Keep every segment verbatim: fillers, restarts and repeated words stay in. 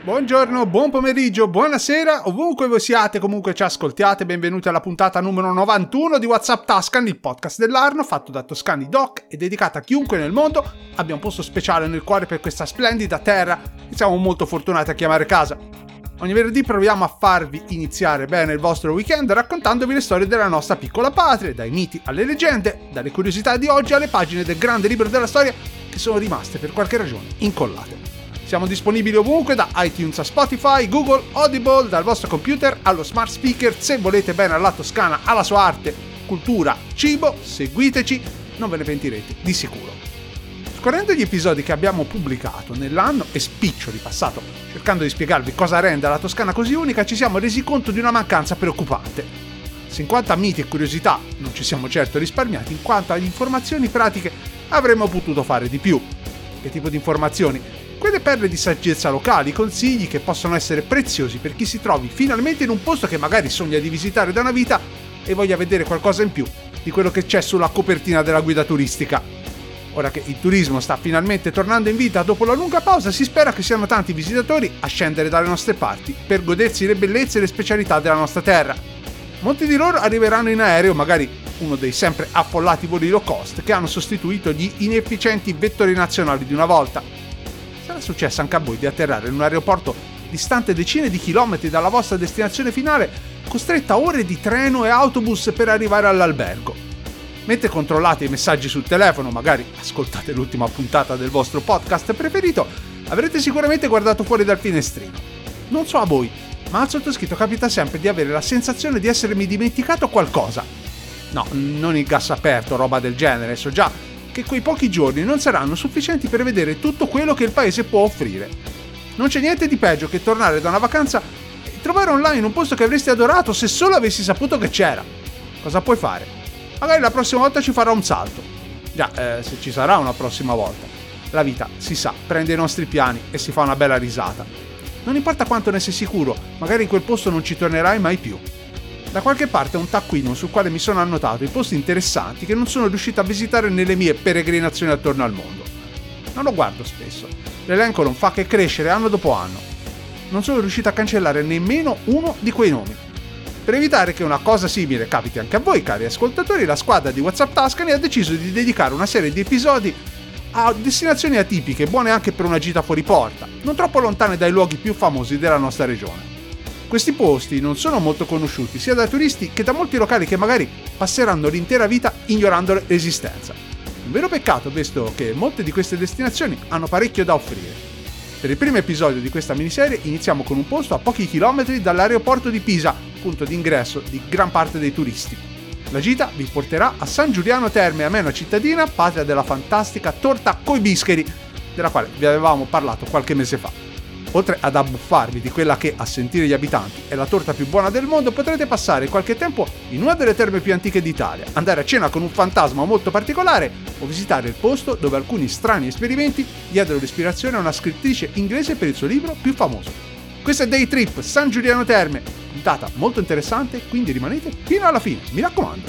Buongiorno, buon pomeriggio, buonasera, ovunque voi siate, comunque ci ascoltiate, benvenuti alla puntata numero novantuno di WhatsApp Tuscany, il podcast dell'Arno, fatto da Toscani Doc e dedicato a chiunque nel mondo abbia un posto speciale nel cuore per questa splendida terra che siamo molto fortunati a chiamare casa. Ogni venerdì proviamo a farvi iniziare bene il vostro weekend raccontandovi le storie della nostra piccola patria, dai miti alle leggende, dalle curiosità di oggi alle pagine del grande libro della storia che sono rimaste per qualche ragione incollate. Siamo disponibili ovunque, da iTunes a Spotify, Google, Audible, dal vostro computer allo smart speaker. Se volete bene alla Toscana, alla sua arte, cultura, cibo, seguiteci, non ve ne pentirete, di sicuro. Scorrendo gli episodi che abbiamo pubblicato nell'anno e spiccioli passato, cercando di spiegarvi cosa rende la Toscana così unica, ci siamo resi conto di una mancanza preoccupante. Se in quanto a miti e curiosità non ci siamo certo risparmiati, in quanto alle informazioni pratiche avremmo potuto fare di più. Che tipo di informazioni? Quelle perle di saggezza locali, consigli che possono essere preziosi per chi si trovi finalmente in un posto che magari sogna di visitare da una vita e voglia vedere qualcosa in più di quello che c'è sulla copertina della guida turistica. Ora che il turismo sta finalmente tornando in vita dopo la lunga pausa, si spera che siano tanti visitatori a scendere dalle nostre parti per godersi le bellezze e le specialità della nostra terra. Molti di loro arriveranno in aereo, magari uno dei sempre affollati voli low cost che hanno sostituito gli inefficienti vettori nazionali di una volta. Sarà successo anche a voi di atterrare in un aeroporto distante decine di chilometri dalla vostra destinazione finale, costretta a ore di treno e autobus per arrivare all'albergo. Mentre controllate i messaggi sul telefono, magari ascoltate l'ultima puntata del vostro podcast preferito, avrete sicuramente guardato fuori dal finestrino. Non so a voi, ma al sottoscritto capita sempre di avere la sensazione di essermi dimenticato qualcosa. No, non il gas aperto, roba del genere, so già che quei pochi giorni non saranno sufficienti per vedere tutto quello che il paese può offrire. Non c'è niente di peggio che tornare da una vacanza e trovare online un posto che avresti adorato se solo avessi saputo che c'era. Cosa puoi fare? Magari la prossima volta ci farà un salto. Già, eh, se ci sarà una prossima volta. La vita, si sa, prende i nostri piani e si fa una bella risata. Non importa quanto ne sei sicuro, magari in quel posto non ci tornerai mai più. Da qualche parte ho un taccuino sul quale mi sono annotato i posti interessanti che non sono riuscito a visitare nelle mie peregrinazioni attorno al mondo. Non lo guardo spesso, l'elenco non fa che crescere anno dopo anno. Non sono riuscito a cancellare nemmeno uno di quei nomi. Per evitare che una cosa simile capiti anche a voi, cari ascoltatori, la squadra di WhatsApp Tuscany ha deciso di dedicare una serie di episodi a destinazioni atipiche, buone anche per una gita fuori porta, non troppo lontane dai luoghi più famosi della nostra regione. Questi posti non sono molto conosciuti sia da turisti che da molti locali che magari passeranno l'intera vita ignorandone l'esistenza. Un vero peccato, visto che molte di queste destinazioni hanno parecchio da offrire. Per il primo episodio di questa miniserie iniziamo con un posto a pochi chilometri dall'aeroporto di Pisa, punto di ingresso di gran parte dei turisti. La gita vi porterà a San Giuliano Terme, amena cittadina, patria della fantastica torta coi bischeri, della quale vi avevamo parlato qualche mese fa. Oltre ad abbuffarvi di quella che, a sentire gli abitanti, è la torta più buona del mondo, potrete passare qualche tempo in una delle terme più antiche d'Italia, andare a cena con un fantasma molto particolare o visitare il posto dove alcuni strani esperimenti diedero l'ispirazione a una scrittrice inglese per il suo libro più famoso. Questo è Day Trip San Giuliano Terme, puntata molto interessante, quindi rimanete fino alla fine, mi raccomando.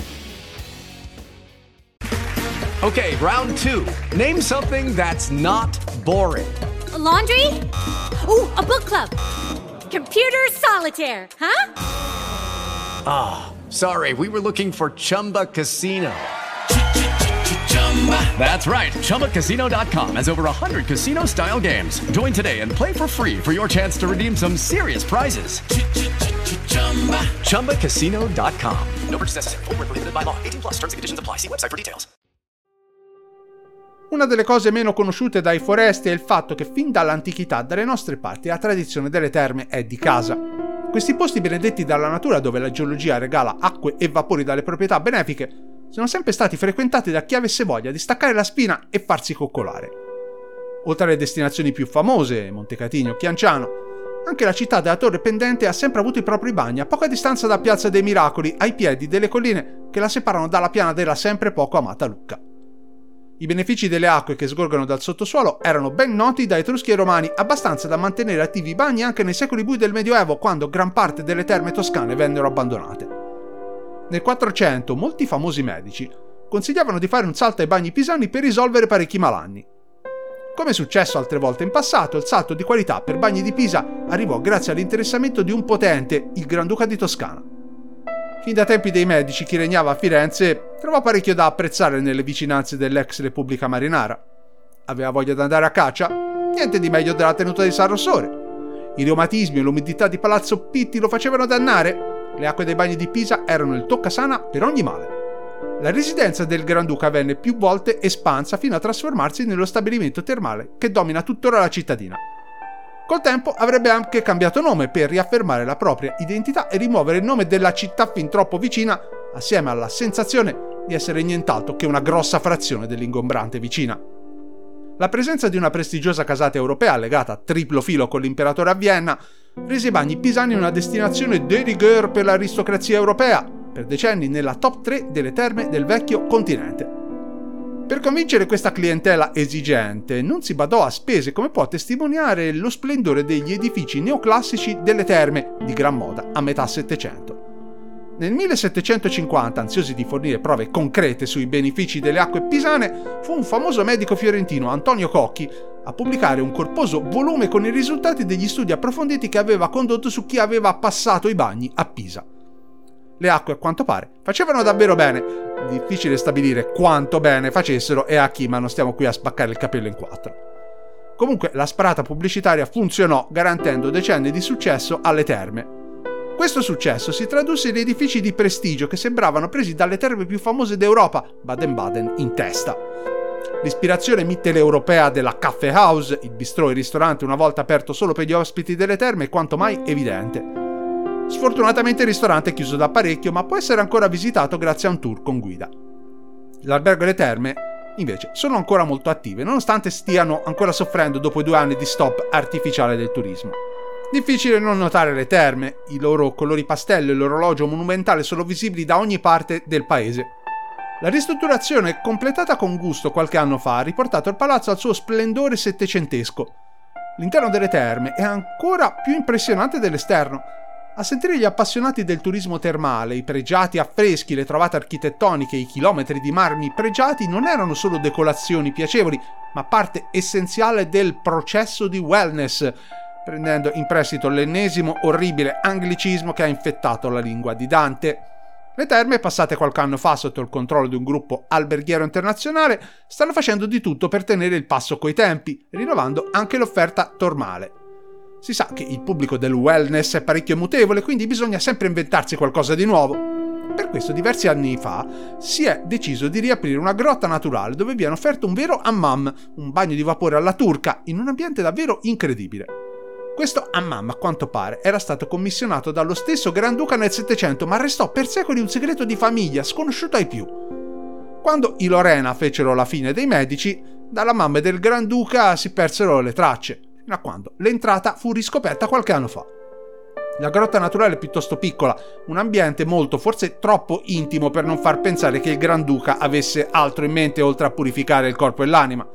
Ok, round two. Name something that's not boring. A laundry? Ooh, a book club. Computer solitaire, huh? Ah, oh, sorry, we were looking for Chumba Casino. That's right, Chumba Casino dot com has over one hundred casino-style games. Join today and play for free for your chance to redeem some serious prizes. Chumba Casino dot com. No purchase necessary. Void where prohibited by law. eighteen plus terms and conditions apply. See website for details. Una delle cose meno conosciute dai foresti è il fatto che fin dall'antichità dalle nostre parti la tradizione delle terme è di casa. Questi posti benedetti dalla natura, dove la geologia regala acque e vapori dalle proprietà benefiche, sono sempre stati frequentati da chi avesse voglia di staccare la spina e farsi coccolare. Oltre alle destinazioni più famose, Montecatigno o Chianciano, anche la città della Torre Pendente ha sempre avuto i propri bagni a poca distanza da Piazza dei Miracoli, ai piedi delle colline che la separano dalla piana della sempre poco amata Lucca. I benefici delle acque che sgorgano dal sottosuolo erano ben noti da Etruschi e Romani, abbastanza da mantenere attivi i bagni anche nei secoli bui del Medioevo, quando gran parte delle terme toscane vennero abbandonate. Nel Quattrocento molti famosi medici consigliavano di fare un salto ai bagni pisani per risolvere parecchi malanni. Come è successo altre volte in passato, il salto di qualità per Bagni di Pisa arrivò grazie all'interessamento di un potente, il Granduca di Toscana. Fin da tempi dei Medici chi regnava a Firenze trovò parecchio da apprezzare nelle vicinanze dell'ex Repubblica Marinara. Aveva voglia di andare a caccia? Niente di meglio della tenuta di San Rossore. I reumatismi e l'umidità di Palazzo Pitti lo facevano dannare. Le acque dei Bagni di Pisa erano il toccasana per ogni male. La residenza del Granduca venne più volte espansa fino a trasformarsi nello stabilimento termale che domina tuttora la cittadina. Col tempo avrebbe anche cambiato nome per riaffermare la propria identità e rimuovere il nome della città fin troppo vicina, assieme alla sensazione di essere nient'altro che una grossa frazione dell'ingombrante vicina. La presenza di una prestigiosa casata europea legata a triplo filo con l'imperatore a Vienna rese i Bagni Pisani una destinazione de rigueur per l'aristocrazia europea, per decenni nella top tre delle terme del vecchio continente. Per convincere questa clientela esigente non si badò a spese, come può testimoniare lo splendore degli edifici neoclassici delle terme, di gran moda a metà Settecento. Nel millesettecentocinquanta, ansiosi di fornire prove concrete sui benefici delle acque pisane, fu un famoso medico fiorentino, Antonio Cocchi, a pubblicare un corposo volume con i risultati degli studi approfonditi che aveva condotto su chi aveva passato i bagni a Pisa. Le acque, a quanto pare, facevano davvero bene. Difficile stabilire quanto bene facessero e a chi, ma non stiamo qui a spaccare il capello in quattro. Comunque, la sparata pubblicitaria funzionò, garantendo decenni di successo alle terme. Questo successo si tradusse in edifici di prestigio che sembravano presi dalle terme più famose d'Europa, Baden-Baden in testa. L'ispirazione mitteleuropea della Caffè House, il bistrò e ristorante una volta aperto solo per gli ospiti delle terme, è quanto mai evidente. Sfortunatamente il ristorante è chiuso da parecchio, ma può essere ancora visitato grazie a un tour con guida. L'albergo e le terme, invece, sono ancora molto attive, nonostante stiano ancora soffrendo dopo due anni di stop artificiale del turismo. Difficile non notare le terme, i loro colori pastello e l'orologio monumentale sono visibili da ogni parte del paese. La ristrutturazione, completata con gusto qualche anno fa, ha riportato il palazzo al suo splendore settecentesco. L'interno delle terme è ancora più impressionante dell'esterno. A sentire gli appassionati del turismo termale, i pregiati affreschi, le trovate architettoniche, i chilometri di marmi pregiati non erano solo decorazioni piacevoli, ma parte essenziale del processo di wellness, prendendo in prestito l'ennesimo orribile anglicismo che ha infettato la lingua di Dante. Le terme, passate qualche anno fa sotto il controllo di un gruppo alberghiero internazionale, stanno facendo di tutto per tenere il passo coi tempi, rinnovando anche l'offerta termale. Si sa che il pubblico del wellness è parecchio mutevole, quindi bisogna sempre inventarsi qualcosa di nuovo. Per questo diversi anni fa si è deciso di riaprire una grotta naturale dove viene offerto un vero hammam, un bagno di vapore alla turca, in un ambiente davvero incredibile. Questo hammam, a quanto pare, era stato commissionato dallo stesso Granduca nel Settecento, ma restò per secoli un segreto di famiglia, sconosciuto ai più. Quando i Lorena fecero la fine dei Medici, dalla mamma del Granduca si persero le tracce, fino a quando l'entrata fu riscoperta qualche anno fa. La grotta naturale è piuttosto piccola, un ambiente molto, forse troppo intimo per non far pensare che il Granduca avesse altro in mente oltre a purificare il corpo e l'anima.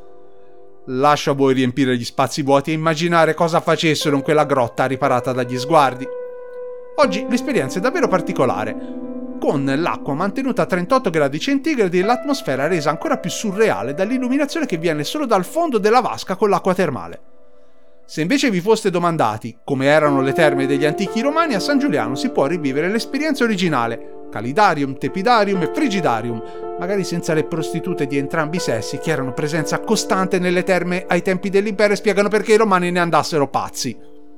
Lascio a voi riempire gli spazi vuoti e immaginare cosa facessero in quella grotta riparata dagli sguardi. Oggi l'esperienza è davvero particolare. Con l'acqua mantenuta a trentotto gradi centigradi e l'atmosfera resa ancora più surreale dall'illuminazione che viene solo dal fondo della vasca con l'acqua termale. Se invece vi foste domandati come erano le terme degli antichi romani, a San Giuliano si può rivivere l'esperienza originale, Calidarium, Tepidarium e Frigidarium, magari senza le prostitute di entrambi i sessi che erano presenza costante nelle terme ai tempi dell'impero e spiegano perché i romani ne andassero pazzi.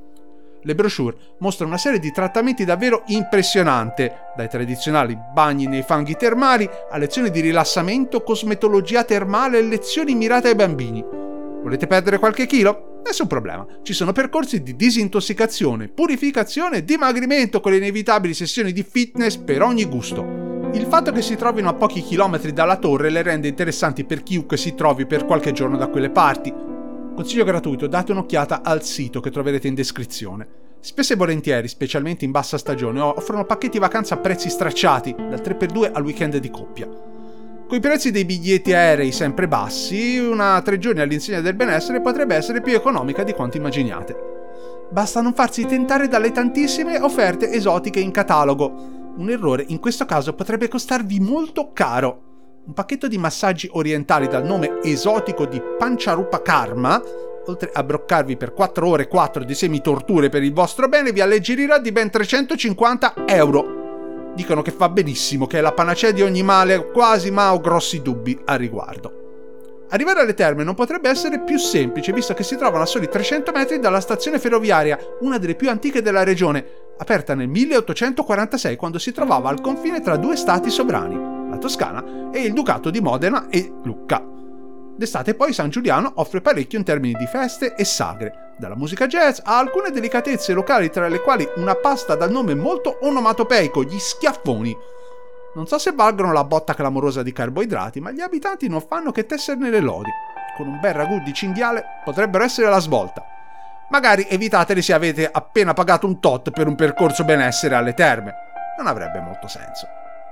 Le brochure mostrano una serie di trattamenti davvero impressionante, dai tradizionali bagni nei fanghi termali a lezioni di rilassamento, cosmetologia termale e lezioni mirate ai bambini. Volete perdere qualche chilo? Nessun problema, ci sono percorsi di disintossicazione, purificazione e dimagrimento con le inevitabili sessioni di fitness per ogni gusto. Il fatto che si trovino a pochi chilometri dalla torre le rende interessanti per chiunque si trovi per qualche giorno da quelle parti. Consiglio gratuito, date un'occhiata al sito che troverete in descrizione. Spesso e volentieri, specialmente in bassa stagione, offrono pacchetti vacanza a prezzi stracciati, dal tre per due al weekend di coppia. Coi prezzi dei biglietti aerei sempre bassi, una tre giorni all'insegna del benessere potrebbe essere più economica di quanto immaginiate. Basta non farsi tentare dalle tantissime offerte esotiche in catalogo. Un errore in questo caso potrebbe costarvi molto caro. un pacchetto di massaggi orientali dal nome esotico di Pancharupa Karma, oltre a broccarvi per quattro ore e quattro di semi-torture per il vostro bene, vi alleggerirà di ben trecentocinquanta euro. Dicono che fa benissimo, che è la panacea di ogni male, quasi, ma ho grossi dubbi a riguardo. Arrivare alle terme non potrebbe essere più semplice, visto che si trovano a soli trecento metri dalla stazione ferroviaria, una delle più antiche della regione, aperta nel milleottocentoquarantasei, quando si trovava al confine tra due stati sovrani, la Toscana e il Ducato di Modena e Lucca. D'estate poi San Giuliano offre parecchio in termini di feste e sagre, dalla musica jazz a alcune delicatezze locali, tra le quali una pasta dal nome molto onomatopeico, gli schiaffoni. Non so se valgono la botta clamorosa di carboidrati, ma gli abitanti non fanno che tesserne le lodi. Con un bel ragù di cinghiale potrebbero essere la svolta. Magari evitateli se avete appena pagato un tot per un percorso benessere alle terme. Non avrebbe molto senso.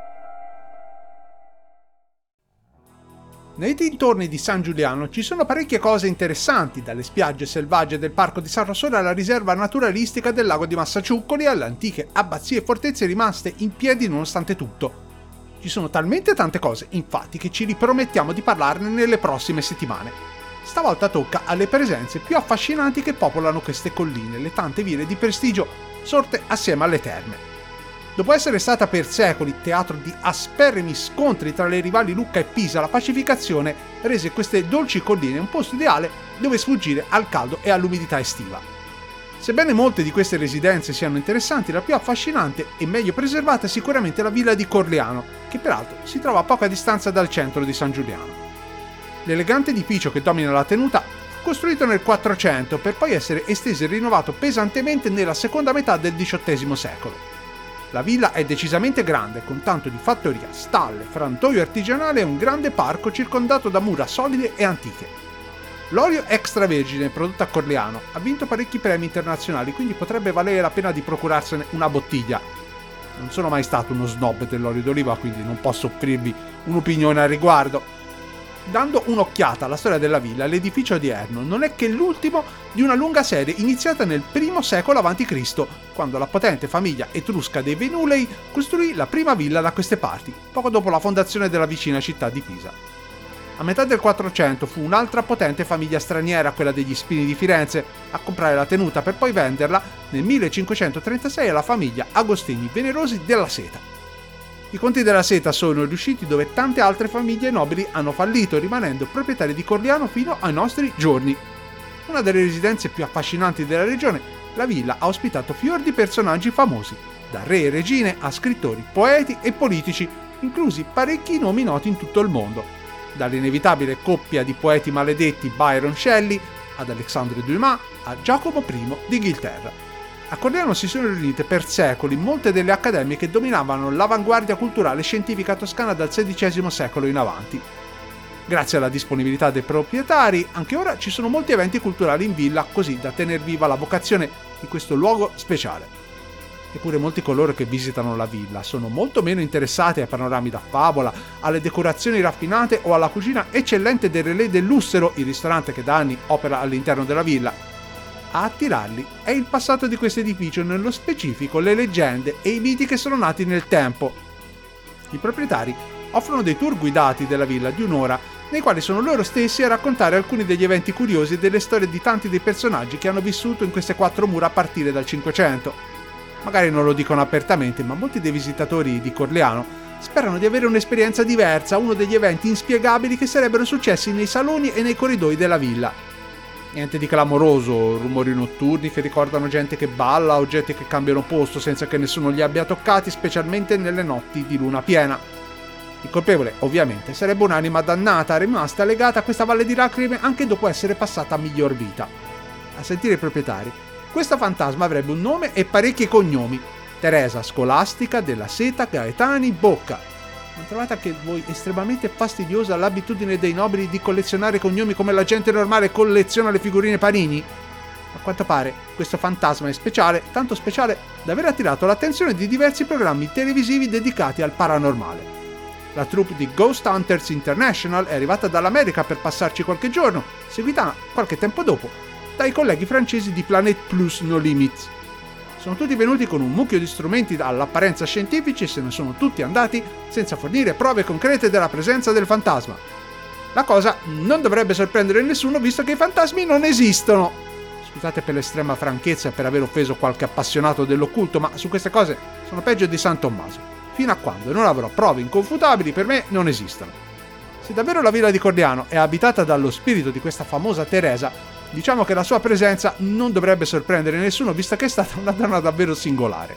Nei dintorni di San Giuliano ci sono parecchie cose interessanti, dalle spiagge selvagge del parco di San Rossore alla riserva naturalistica del lago di Massaciuccoli, alle antiche abbazie e fortezze rimaste in piedi nonostante tutto. Ci sono talmente tante cose, infatti, che ci ripromettiamo di parlarne nelle prossime settimane. Stavolta tocca alle presenze più affascinanti che popolano queste colline, le tante ville di prestigio sorte assieme alle terme. Dopo essere stata per secoli teatro di asperrimi scontri tra le rivali Lucca e Pisa, la pacificazione rese queste dolci colline un posto ideale dove sfuggire al caldo e all'umidità estiva. Sebbene molte di queste residenze siano interessanti, la più affascinante e meglio preservata è sicuramente la villa di Corleano, che peraltro si trova a poca distanza dal centro di San Giuliano. L'elegante edificio che domina la tenuta fu costruito nel quattrocento per poi essere esteso e rinnovato pesantemente nella seconda metà del diciottesimo secolo. La villa è decisamente grande, con tanto di fattoria, stalle, frantoio artigianale e un grande parco circondato da mura solide e antiche. L'olio extravergine prodotto a Corleano ha vinto parecchi premi internazionali, quindi potrebbe valere la pena di procurarsene una bottiglia. Non sono mai stato uno snob dell'olio d'oliva, quindi non posso offrirvi un'opinione al riguardo. Dando un'occhiata alla storia della villa, l'edificio odierno non è che l'ultimo di una lunga serie iniziata nel primo secolo avanti Cristo, quando la potente famiglia etrusca dei Venulei costruì la prima villa da queste parti, poco dopo la fondazione della vicina città di Pisa. A metà del quattrocento fu un'altra potente famiglia straniera, quella degli Spini di Firenze, a comprare la tenuta per poi venderla nel millecinquecentotrentasei alla famiglia Agostini Venerosi della Seta. I conti della Seta sono riusciti dove tante altre famiglie nobili hanno fallito, rimanendo proprietari di Corleano fino ai nostri giorni. Una delle residenze più affascinanti della regione, la villa ha ospitato fior di personaggi famosi, da re e regine a scrittori, poeti e politici, inclusi parecchi nomi noti in tutto il mondo. Dall'inevitabile coppia di poeti maledetti Byron Shelley ad Alexandre Dumas a Giacomo I d'Inghilterra. A Corleano si sono riunite per secoli molte delle accademie che dominavano l'avanguardia culturale e scientifica toscana dal sedicesimo secolo in avanti. Grazie alla disponibilità dei proprietari, anche ora ci sono molti eventi culturali in villa, così da tener viva la vocazione di questo luogo speciale. Eppure molti coloro che visitano la villa sono molto meno interessati ai panorami da favola, alle decorazioni raffinate o alla cucina eccellente del Relais del Lussero, il ristorante che da anni opera all'interno della villa. A attirarli è il passato di questo edificio, nello specifico le leggende e i miti che sono nati nel tempo. I proprietari offrono dei tour guidati della villa di un'ora, nei quali sono loro stessi a raccontare alcuni degli eventi curiosi e delle storie di tanti dei personaggi che hanno vissuto in queste quattro mura a partire dal Cinquecento. Magari non lo dicono apertamente, ma molti dei visitatori di Corleano sperano di avere un'esperienza diversa, uno degli eventi inspiegabili che sarebbero successi nei saloni e nei corridoi della villa. Niente di clamoroso, rumori notturni che ricordano gente che balla, oggetti che cambiano posto senza che nessuno li abbia toccati, specialmente nelle notti di luna piena. Il colpevole, ovviamente, sarebbe un'anima dannata, rimasta legata a questa valle di lacrime anche dopo essere passata a miglior vita. A sentire i proprietari, questa fantasma avrebbe un nome e parecchi cognomi: Teresa Scolastica, Della Seta, Gaetani, Bocca. Non trovate anche voi estremamente fastidiosa l'abitudine dei nobili di collezionare cognomi come la gente normale colleziona le figurine Panini? A quanto pare questo fantasma è speciale, tanto speciale da aver attirato l'attenzione di diversi programmi televisivi dedicati al paranormale. La troupe di Ghost Hunters International è arrivata dall'America per passarci qualche giorno, seguita qualche tempo dopo dai colleghi francesi di Planet Plus No Limits. Sono tutti venuti con un mucchio di strumenti all'apparenza scientifici e se ne sono tutti andati senza fornire prove concrete della presenza del fantasma. La cosa non dovrebbe sorprendere nessuno visto che i fantasmi non esistono. Scusate per l'estrema franchezza e per aver offeso qualche appassionato dell'occulto, ma su queste cose sono peggio di San Tommaso. Fino a quando non avrò prove inconfutabili, per me non esistono. Se davvero la villa di Corleano è abitata dallo spirito di questa famosa Teresa, diciamo che la sua presenza non dovrebbe sorprendere nessuno, visto che è stata una donna davvero singolare.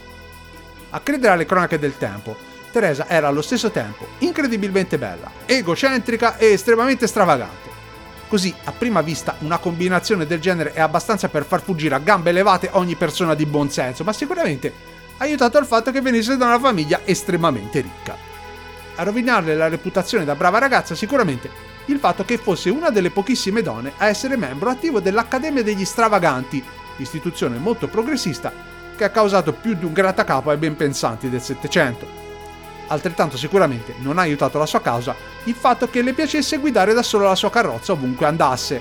A credere alle cronache del tempo, Teresa era allo stesso tempo incredibilmente bella, egocentrica e estremamente stravagante. Così, a prima vista, una combinazione del genere è abbastanza per far fuggire a gambe levate ogni persona di buon senso, ma sicuramente ha aiutato il fatto che venisse da una famiglia estremamente ricca. A rovinarle la reputazione da brava ragazza sicuramente il fatto che fosse una delle pochissime donne a essere membro attivo dell'Accademia degli Stravaganti, istituzione molto progressista che ha causato più di un grattacapo ai ben pensanti del Settecento. Altrettanto sicuramente non ha aiutato la sua causa il fatto che le piacesse guidare da sola la sua carrozza ovunque andasse.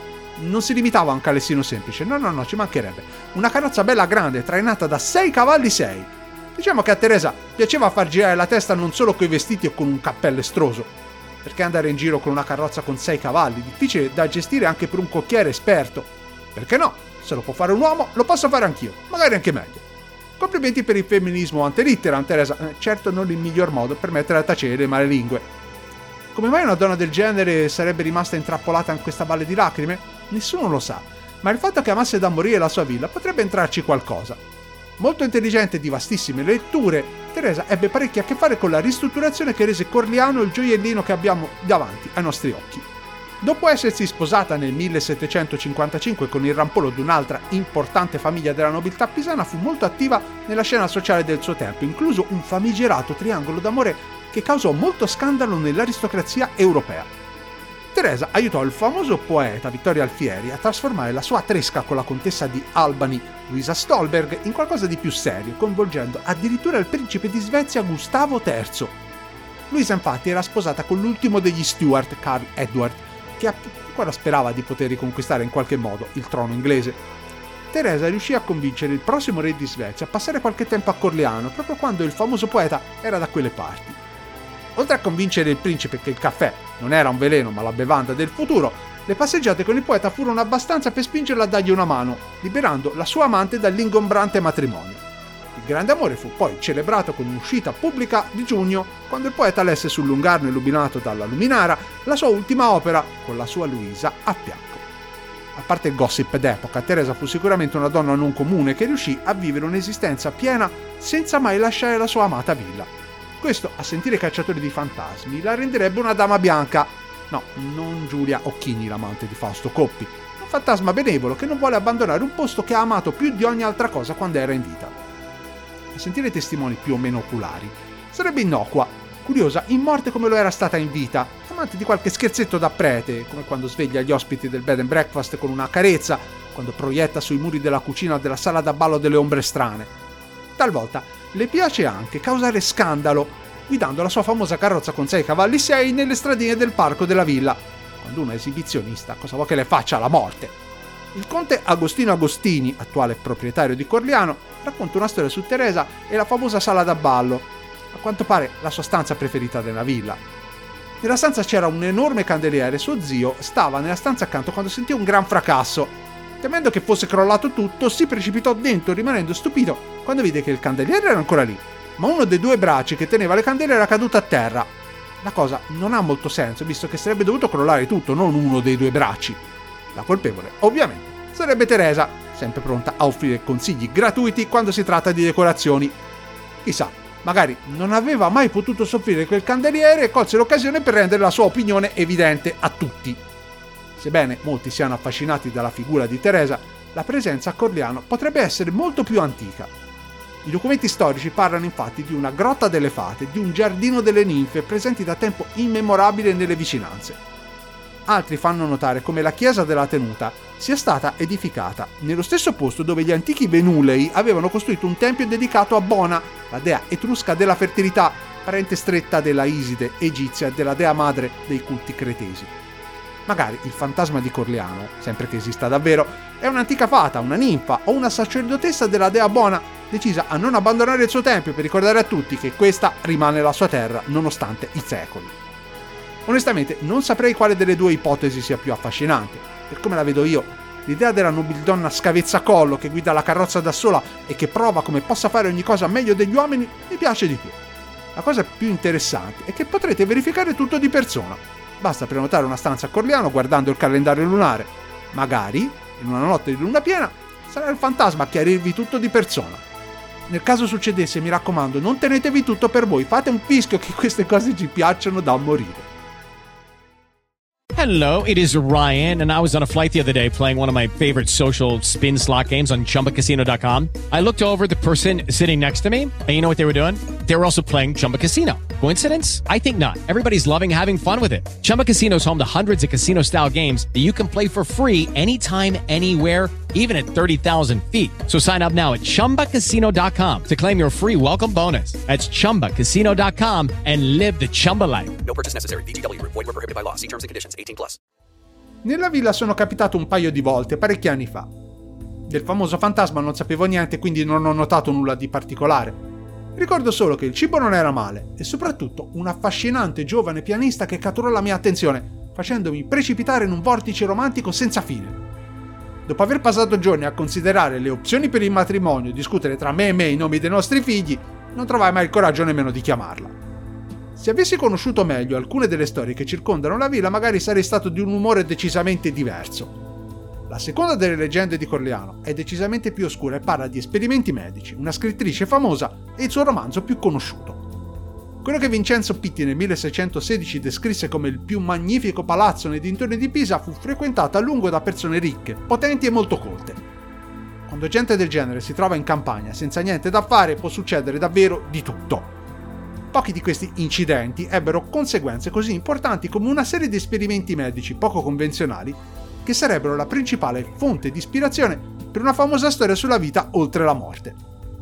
Non si limitava a un calessino semplice, no no no, ci mancherebbe. Una carrozza bella grande, trainata da sei cavalli sei. Diciamo che a Teresa piaceva far girare la testa non solo coi vestiti o con un cappello estroso, perché andare in giro con una carrozza con sei cavalli, difficile da gestire anche per un cocchiere esperto. Perché no? Se lo può fare un uomo, lo posso fare anch'io, magari anche meglio. Complimenti per il femminismo ante litteram, Teresa, eh, certo non il miglior modo per mettere a tacere le malelingue. Come mai una donna del genere sarebbe rimasta intrappolata in questa valle di lacrime? Nessuno lo sa, ma il fatto che amasse da morire la sua villa potrebbe entrarci qualcosa. Molto intelligente e di vastissime letture, Teresa ebbe parecchio a che fare con la ristrutturazione che rese Corleano il gioiellino che abbiamo davanti ai nostri occhi. Dopo essersi sposata nel millesettecentocinquantacinque con il rampollo di un'altra importante famiglia della nobiltà pisana, fu molto attiva nella scena sociale del suo tempo, incluso un famigerato triangolo d'amore che causò molto scandalo nell'aristocrazia europea. Teresa aiutò il famoso poeta Vittorio Alfieri a trasformare la sua tresca con la contessa di Albany, Luisa Stolberg, in qualcosa di più serio, coinvolgendo addirittura il principe di Svezia Gustavo terzo. Luisa infatti era sposata con l'ultimo degli Stuart, Carl Edward, che ancora sperava di poter riconquistare in qualche modo il trono inglese. Teresa riuscì a convincere il prossimo re di Svezia a passare qualche tempo a Corleano, proprio quando il famoso poeta era da quelle parti. Oltre a convincere il principe che il caffè non era un veleno ma la bevanda del futuro, le passeggiate con il poeta furono abbastanza per spingerla a dargli una mano, liberando la sua amante dall'ingombrante matrimonio. Il grande amore fu poi celebrato con un'uscita pubblica di giugno, quando il poeta lesse sul lungarno illuminato dalla luminara la sua ultima opera con la sua Luisa a fianco. A parte il gossip d'epoca, Teresa fu sicuramente una donna non comune che riuscì a vivere un'esistenza piena senza mai lasciare la sua amata villa. Questo, a sentire i cacciatori di fantasmi, la renderebbe una dama bianca. No, non Giulia Occhini, l'amante di Fausto Coppi. Un fantasma benevolo che non vuole abbandonare un posto che ha amato più di ogni altra cosa quando era in vita. A sentire i testimoni più o meno oculari, sarebbe innocua, curiosa in morte come lo era stata in vita, amante di qualche scherzetto da prete, come quando sveglia gli ospiti del bed and breakfast con una carezza, quando proietta sui muri della cucina o della sala da ballo delle ombre strane. Talvolta le piace anche causare scandalo, guidando la sua famosa carrozza con sei cavalli sei nelle stradine del parco della villa, quando una esibizionista cosa vuoi che le faccia alla morte. Il conte Agostino Agostini, attuale proprietario di Corleano, racconta una storia su Teresa e la famosa sala da ballo, a quanto pare la sua stanza preferita della villa. Nella stanza c'era un enorme candeliere e suo zio stava nella stanza accanto quando sentì un gran fracasso. Temendo che fosse crollato tutto, si precipitò dentro rimanendo stupito quando vide che il candeliere era ancora lì, ma uno dei due bracci che teneva le candele era caduto a terra. La cosa non ha molto senso, visto che sarebbe dovuto crollare tutto, non uno dei due bracci. La colpevole, ovviamente, sarebbe Teresa, sempre pronta a offrire consigli gratuiti quando si tratta di decorazioni. Chissà, magari non aveva mai potuto soffrire quel candeliere e colse l'occasione per rendere la sua opinione evidente a tutti. Sebbene molti siano affascinati dalla figura di Teresa, la presenza a Corleano potrebbe essere molto più antica. I documenti storici parlano infatti di una grotta delle fate e di un giardino delle ninfe presenti da tempo immemorabile nelle vicinanze. Altri fanno notare come la chiesa della tenuta sia stata edificata nello stesso posto dove gli antichi Venulei avevano costruito un tempio dedicato a Bona, la dea etrusca della fertilità, parente stretta della Iside egizia e della dea madre dei culti cretesi. Magari il fantasma di Corleano, sempre che esista davvero, è un'antica fata, una ninfa o una sacerdotessa della dea buona, decisa a non abbandonare il suo tempio per ricordare a tutti che questa rimane la sua terra nonostante i secoli. Onestamente non saprei quale delle due ipotesi sia più affascinante. Per come la vedo io, l'idea della nobildonna scavezzacollo che guida la carrozza da sola e che prova come possa fare ogni cosa meglio degli uomini mi piace di più. La cosa più interessante è che potrete verificare tutto di persona. Basta prenotare una stanza a Corleano guardando il calendario lunare. Magari, in una notte di luna piena, sarà il fantasma a chiarirvi tutto di persona. Nel caso succedesse, mi raccomando, non tenetevi tutto per voi, fate un fischio che queste cose ci piacciono da morire. Hello, it is Ryan, and I was on a flight the other day playing one of my favorite social spin slot games on Chumba Casino dot com. I looked over at the person sitting next to me, and you know what they were doing? They were also playing Chumba Casino. Coincidence? I think not. Everybody's loving having fun with it. Chumba Casino is home to hundreds of casino-style games that you can play for free anytime, anywhere, even at thirty thousand feet. So sign up now at Chumba Casino dot com to claim your free welcome bonus. That's Chumba Casino dot com and live the Chumba life. No purchase necessary. V G W. Void where prohibited by law. See terms and conditions. eighteen plus. Nella villa sono capitato un paio di volte, parecchi anni fa. Del famoso fantasma non sapevo niente, quindi non ho notato nulla di particolare. Ricordo solo che il cibo non era male e soprattutto un affascinante giovane pianista che catturò la mia attenzione, facendomi precipitare in un vortice romantico senza fine. Dopo aver passato giorni a considerare le opzioni per il matrimonio e discutere tra me e me i nomi dei nostri figli, non trovai mai il coraggio nemmeno di chiamarla. Se avessi conosciuto meglio alcune delle storie che circondano la villa, magari sarei stato di un umore decisamente diverso. La seconda delle leggende di Corleano è decisamente più oscura e parla di esperimenti medici, una scrittrice famosa e il suo romanzo più conosciuto. Quello che Vincenzo Pitti nel milleseicentosedici descrisse come il più magnifico palazzo nei dintorni di Pisa fu frequentato a lungo da persone ricche, potenti e molto colte. Quando gente del genere si trova in campagna senza niente da fare, può succedere davvero di tutto. Pochi di questi incidenti ebbero conseguenze così importanti come una serie di esperimenti medici poco convenzionali che sarebbero la principale fonte di ispirazione per una famosa storia sulla vita oltre la morte.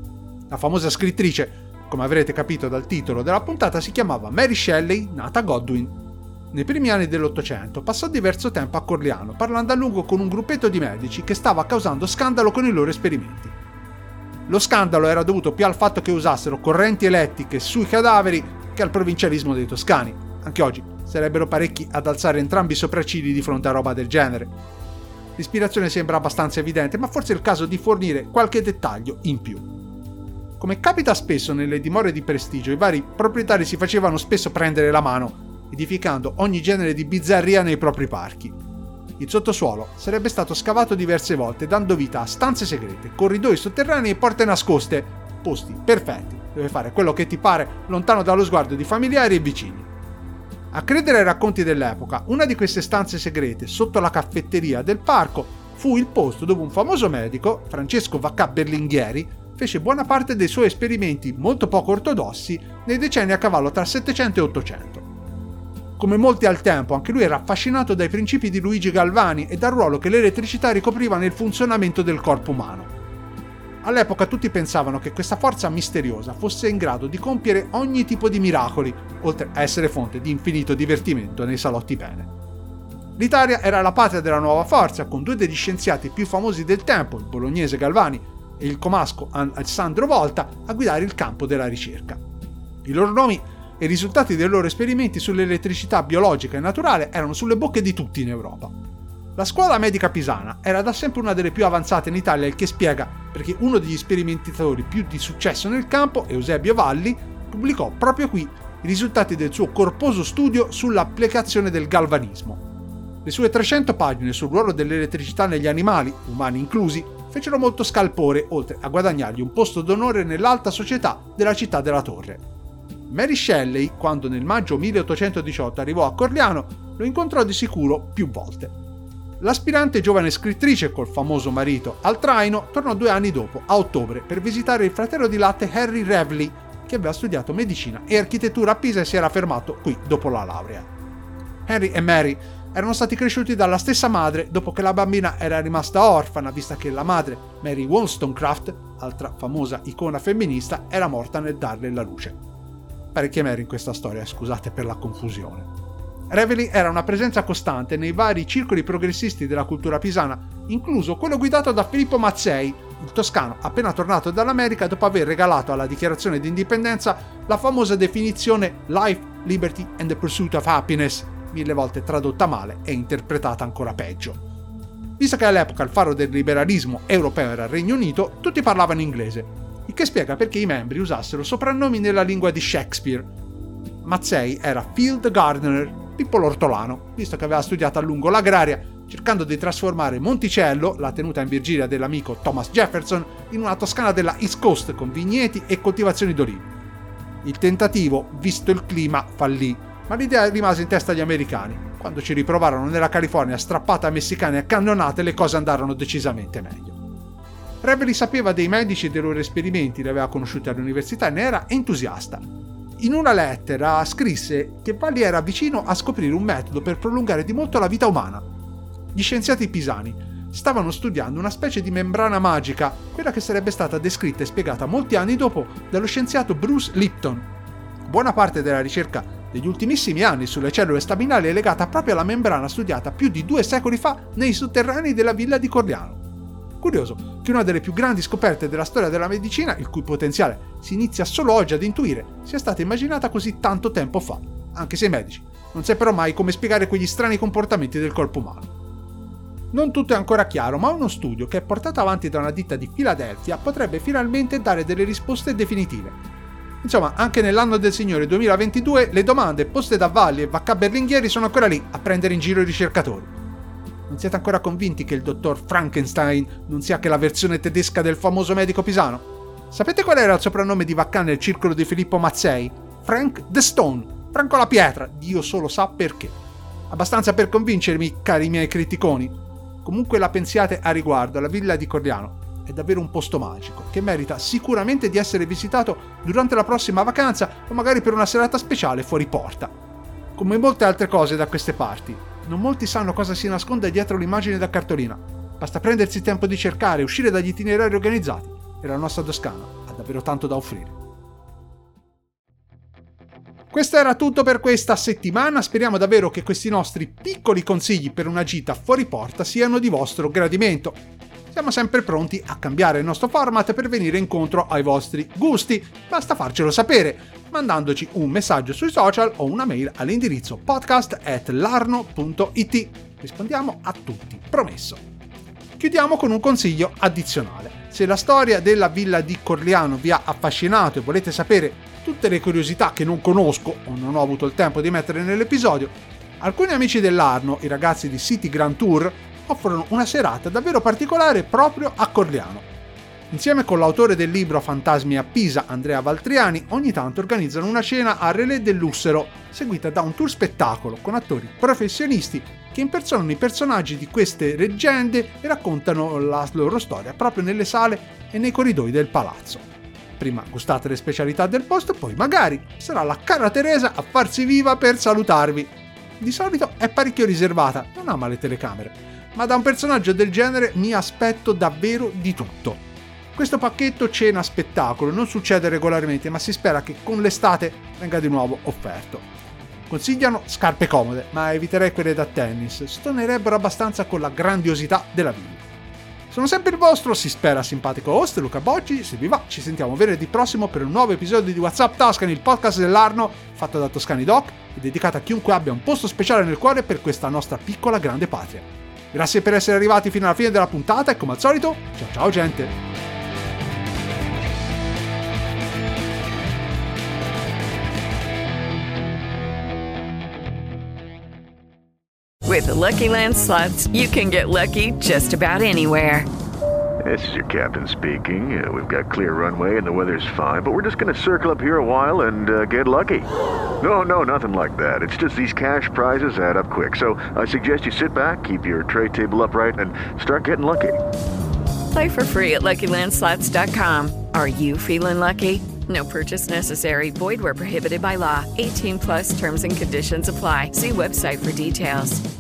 La famosa scrittrice, come avrete capito dal titolo della puntata, si chiamava Mary Shelley, nata Godwin. Nei primi anni dell'Ottocento passò diverso tempo a Corleano, parlando a lungo con un gruppetto di medici che stava causando scandalo con i loro esperimenti. Lo scandalo era dovuto più al fatto che usassero correnti elettriche sui cadaveri che al provincialismo dei toscani. Anche oggi sarebbero parecchi ad alzare entrambi i sopraccigli di fronte a roba del genere. L'ispirazione sembra abbastanza evidente, ma forse è il caso di fornire qualche dettaglio in più. Come capita spesso nelle dimore di prestigio, i vari proprietari si facevano spesso prendere la mano, edificando ogni genere di bizzarria nei propri parchi. Il sottosuolo sarebbe stato scavato diverse volte, dando vita a stanze segrete, corridoi sotterranei e porte nascoste, posti perfetti dove fare quello che ti pare, lontano dallo sguardo di familiari e vicini. A credere ai racconti dell'epoca, una di queste stanze segrete, sotto la caffetteria del parco, fu il posto dove un famoso medico, Francesco Vaccà Berlinghieri, fece buona parte dei suoi esperimenti molto poco ortodossi nei decenni a cavallo tra settecento e ottocento. Come molti al tempo, anche lui era affascinato dai principi di Luigi Galvani e dal ruolo che l'elettricità ricopriva nel funzionamento del corpo umano. All'epoca tutti pensavano che questa forza misteriosa fosse in grado di compiere ogni tipo di miracoli, oltre a essere fonte di infinito divertimento nei salotti bene. L'Italia era la patria della nuova forza, con due degli scienziati più famosi del tempo, il bolognese Galvani e il comasco Alessandro Volta, a guidare il campo della ricerca. I loro nomi e i risultati dei loro esperimenti sull'elettricità biologica e naturale erano sulle bocche di tutti in Europa. La scuola medica pisana era da sempre una delle più avanzate in Italia, il che spiega perché uno degli sperimentatori più di successo nel campo, Eusebio Valli, pubblicò proprio qui i risultati del suo corposo studio sull'applicazione del galvanismo. Le sue trecento pagine sul ruolo dell'elettricità negli animali, umani inclusi, fecero molto scalpore, oltre a guadagnargli un posto d'onore nell'alta società della città della Torre. Mary Shelley, quando nel maggio milleottocentodiciotto arrivò a Corleano, lo incontrò di sicuro più volte. L'aspirante giovane scrittrice col famoso marito al traino tornò due anni dopo, a ottobre, per visitare il fratello di latte Henry Revely, che aveva studiato medicina e architettura a Pisa e si era fermato qui dopo la laurea. Henry e Mary erano stati cresciuti dalla stessa madre dopo che la bambina era rimasta orfana, vista che la madre, Mary Wollstonecraft, altra famosa icona femminista, era morta nel darle la luce. Parecchie Mary in questa storia, scusate per la confusione. Reveille era una presenza costante nei vari circoli progressisti della cultura pisana, incluso quello guidato da Filippo Mazzei, il toscano appena tornato dall'America dopo aver regalato alla dichiarazione di indipendenza la famosa definizione Life, Liberty and the Pursuit of Happiness, mille volte tradotta male e interpretata ancora peggio. Visto che all'epoca il faro del liberalismo europeo era il Regno Unito, tutti parlavano inglese, il che spiega perché i membri usassero soprannomi nella lingua di Shakespeare. Mazzei era Phil the Gardener, Pippo l'ortolano, visto che aveva studiato a lungo l'agraria, cercando di trasformare Monticello, la tenuta in Virginia dell'amico Thomas Jefferson, in una Toscana della East Coast con vigneti e coltivazioni d'olive. Il tentativo, visto il clima, fallì, ma l'idea rimase in testa agli americani. Quando ci riprovarono nella California strappata a messicani a cannonate, le cose andarono decisamente meglio. Reveille sapeva dei medici e dei loro esperimenti, li aveva conosciuti all'università e ne era entusiasta. In una lettera scrisse che Valli era vicino a scoprire un metodo per prolungare di molto la vita umana. Gli scienziati pisani stavano studiando una specie di membrana magica, quella che sarebbe stata descritta e spiegata molti anni dopo dallo scienziato Bruce Lipton. Buona parte della ricerca degli ultimissimi anni sulle cellule staminali è legata proprio alla membrana studiata più di due secoli fa nei sotterranei della villa di Corleano. Curioso che una delle più grandi scoperte della storia della medicina, il cui potenziale si inizia solo oggi ad intuire, sia stata immaginata così tanto tempo fa, anche se i medici non seppero mai come spiegare quegli strani comportamenti del corpo umano. Non tutto è ancora chiaro, ma uno studio che è portato avanti da una ditta di Filadelfia potrebbe finalmente dare delle risposte definitive. Insomma, anche nell'anno del Signore duemilaventidue le domande poste da Valli e Vaccà Berlinghieri sono ancora lì a prendere in giro i ricercatori. Non siete ancora convinti che il dottor Frankenstein non sia che la versione tedesca del famoso medico pisano? Sapete qual era il soprannome di Vaccà nel circolo di Filippo Mazzei? Frank the Stone, Franco la pietra, Dio solo sa perché. Abbastanza per convincermi, cari miei criticoni. Comunque la pensiate a riguardo, la villa di Corleano è davvero un posto magico, che merita sicuramente di essere visitato durante la prossima vacanza o magari per una serata speciale fuori porta. Come molte altre cose da queste parti, non molti sanno cosa si nasconde dietro l'immagine da cartolina. Basta prendersi il tempo di cercare e uscire dagli itinerari organizzati e la nostra Toscana ha davvero tanto da offrire. Questo era tutto per questa settimana, speriamo davvero che questi nostri piccoli consigli per una gita fuori porta siano di vostro gradimento. Siamo sempre pronti a cambiare il nostro format per venire incontro ai vostri gusti, basta farcelo sapere mandandoci un messaggio sui social o una mail all'indirizzo podcast at larno punto it. Rispondiamo a tutti, promesso. Chiudiamo con un consiglio addizionale. Se la storia della villa di Corleano vi ha affascinato e volete sapere tutte le curiosità che non conosco o non ho avuto il tempo di mettere nell'episodio, alcuni amici dell'Arno, i ragazzi di City Grand Tour, offrono una serata davvero particolare proprio a Corleano. Insieme con l'autore del libro Fantasmi a Pisa, Andrea Valtriani, ogni tanto organizzano una cena a Relais del Lussero, seguita da un tour spettacolo con attori professionisti che impersonano i personaggi di queste leggende e raccontano la loro storia proprio nelle sale e nei corridoi del palazzo. Prima gustate le specialità del posto, poi magari sarà la cara Teresa a farsi viva per salutarvi. Di solito è parecchio riservata, non ama le telecamere, ma da un personaggio del genere mi aspetto davvero di tutto. Questo pacchetto cena-spettacolo non succede regolarmente, ma si spera che con l'estate venga di nuovo offerto. Consigliano scarpe comode, ma eviterei quelle da tennis, stonerebbero abbastanza con la grandiosità della villa. Sono sempre il vostro, si spera, simpatico host Luca Bocci. Se vi va, ci sentiamo venerdì prossimo per un nuovo episodio di WhatsApp Tuscany, il podcast dell'Arno, fatto da Toscani Doc e dedicato a chiunque abbia un posto speciale nel cuore per questa nostra piccola grande patria. Grazie per essere arrivati fino alla fine della puntata e come al solito, ciao ciao gente! With the Lucky Land Slots, you can get lucky just about anywhere. This is your captain speaking. Uh, we've got clear runway and the weather's fine, but we're just going to circle up here a while and uh, get lucky. No, no, nothing like that. It's just these cash prizes add up quick. So I suggest you sit back, keep your tray table upright, and start getting lucky. Play for free at lucky land slots dot com. Are you feeling lucky? No purchase necessary. Void where prohibited by law. eighteen plus terms and conditions apply. See website for details.